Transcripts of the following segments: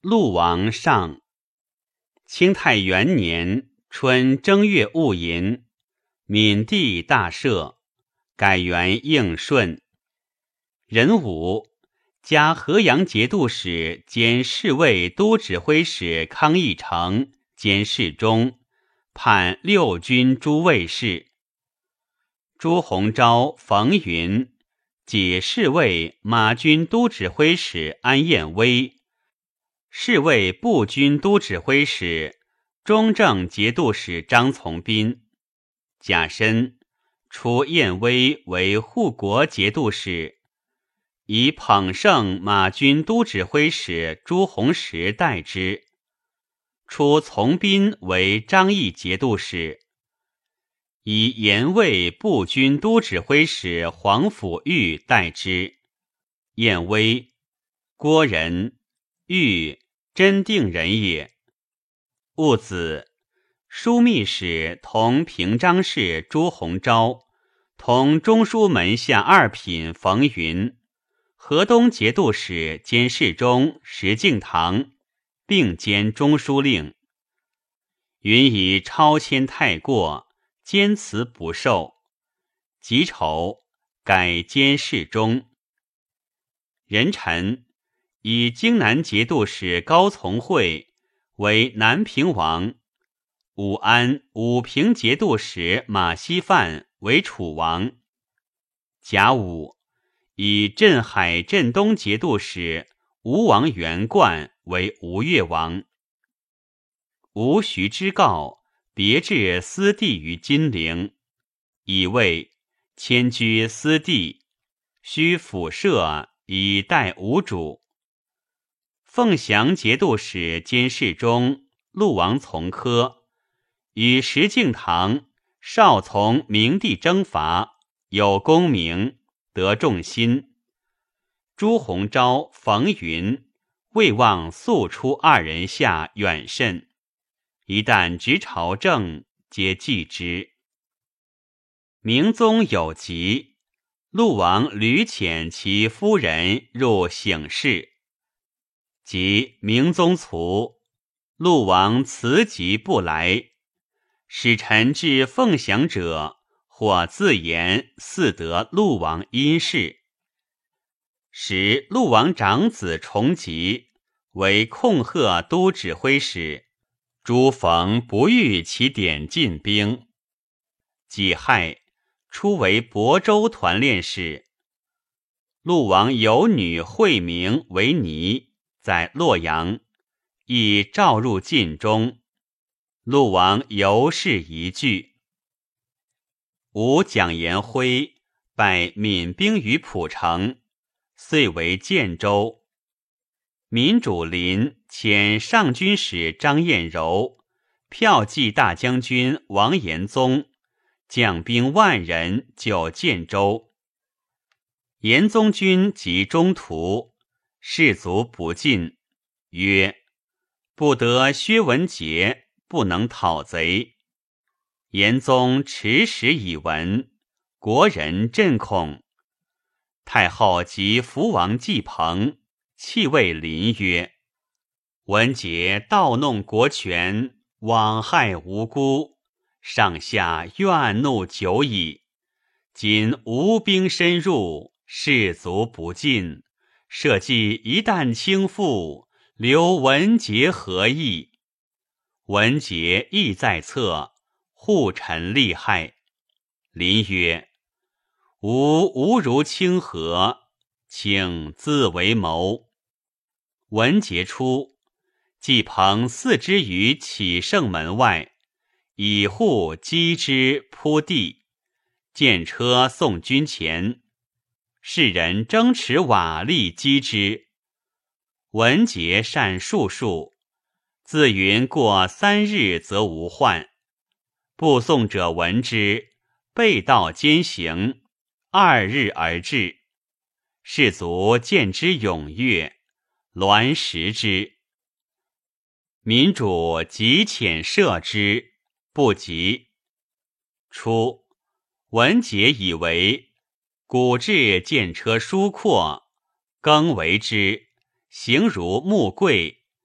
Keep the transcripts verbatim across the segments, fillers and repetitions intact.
陆王上。清太元年春正月戊寅，闽地大赦，改元应顺。壬午，加河阳节度使兼侍卫都指挥使康义成兼侍中，判六军诸卫士。朱鸿昭、冯云解侍卫马军都指挥使安彦威，侍卫步军都指挥使、中正节度使张从斌。甲申，除彦威为护国节度使，以捧圣马军都指挥使朱洪实代之。除从斌为张义节度使，以延卫步军都指挥使黄甫玉代之。彦威，郭人，玉，真定人也。戊子，枢密使同平章事朱鸿昭，同中书门下二品冯云，河东节度使兼侍中石敬瑭，并兼中书令。云以超迁太过，坚辞不受。己丑，改兼侍中。壬辰，以荆南节度使高从诲为南平王，武安武平节度使马希范为楚王。甲午，以镇海镇东节度使吴王元贯为吴越王。吴徐之告别置私地于金陵，以为迁居私地，须府舍以待吴主。凤翔节度使兼侍中陆王从科与石敬瑭少从明帝征伐，有功名，得众心。朱鸿昭、冯云未望速出二人下远甚，一旦执朝政，皆忌之。明宗有疾，陆王屡遣其夫人入省事，及明宗卒，陆王辞疾不来。使臣至凤翔者，或自言似得陆王因事。时陆王长子重疾，为控贺都指挥使，朱逢不欲其点进兵。己亥，初为亳州团练使。陆王有女惠明为尼，在洛阳，亦召入晋中。陆王尤是疑惧。吴蒋延辉拜闽兵于蒲城，遂为建州。民主林遣上军使张彦柔骠骑大将军王延宗，将兵万人救建州。延宗军及中途，士卒不进，曰：不得薛文杰，不能讨贼。延宗持时以闻，国人震恐。太后及福王季鹏泣谓临曰：文杰盗弄国权，枉害无辜，上下怨怒久矣。今吴兵深入，士卒不进，社稷一旦倾覆，留文杰何益？文杰亦在侧，护臣利害。临曰：吾无如清河，请自为谋。文杰出，季鹏四之于启圣门外，以护击之扑地，见车送军前，世人争持瓦砾击之。文杰善术数，自云过三日则无患。步送者闻之，背道兼行，二日而至。士卒见之踊跃，栾食之。民主急遣射之，不及。初，文杰以为古至见车疏阔，更为之，形如木贵，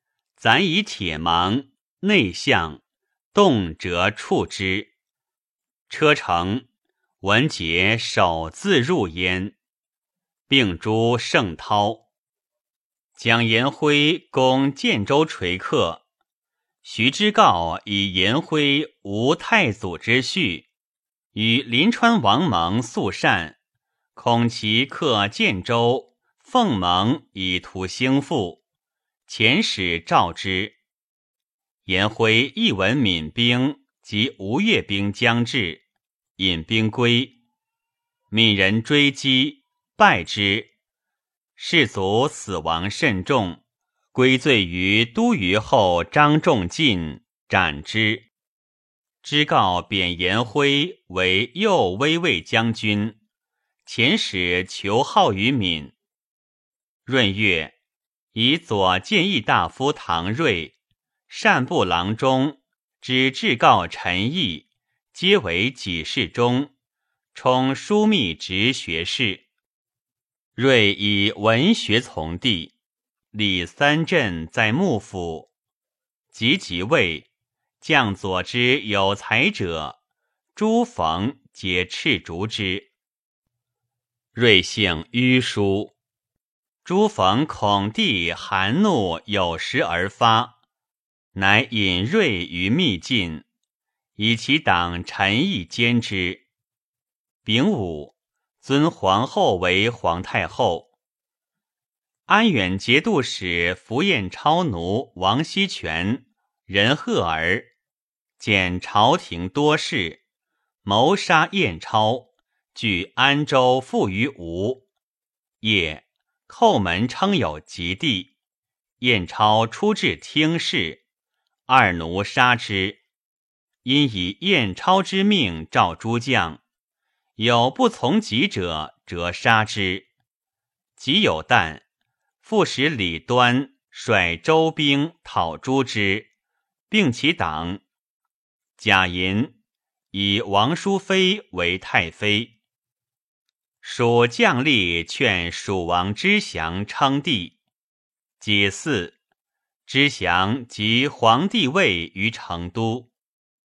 攒以铁芒，内向，动辄触之。车乘，文杰首自入焉。并诛盛涛。蒋延辉攻建州垂客，徐知诰以延辉无太祖之序，与临川王蒙素善，恐其克建州，奉蒙以图兴复，遣使召之。延辉亦闻闽兵及吴越兵将至，引兵归，闽人追击，败之，士卒死亡甚众，归罪于都虞候张仲进，斩之。知诰贬延辉为右威卫将军，遣使求号于闽。闰月，以左谏议大夫唐睿、善部郎中知至诰陈毅，皆为给事中，充枢密直学士。睿以文学从弟，礼三镇在幕府。及即位，将左之有才者，诸冯皆斥逐之。睿性迂疏，诸冯恐帝含怒有时而发，乃引睿于密禁，以其党陈毅监之。丙午，尊皇后为皇太后。安远节度使符彦超奴王锡全人赫儿，见朝廷多事，谋杀彦超，据安州附于吴。夜，叩门称有及第，彦超出至听事，二奴杀之。因以彦超之命召诸将，有不从己者，则杀之。即有旦，副使李端率周兵讨诛之，并其党。贾银以王淑妃为太妃。蜀将吏劝蜀王之祥称帝。己巳，之祥即皇帝位于成都。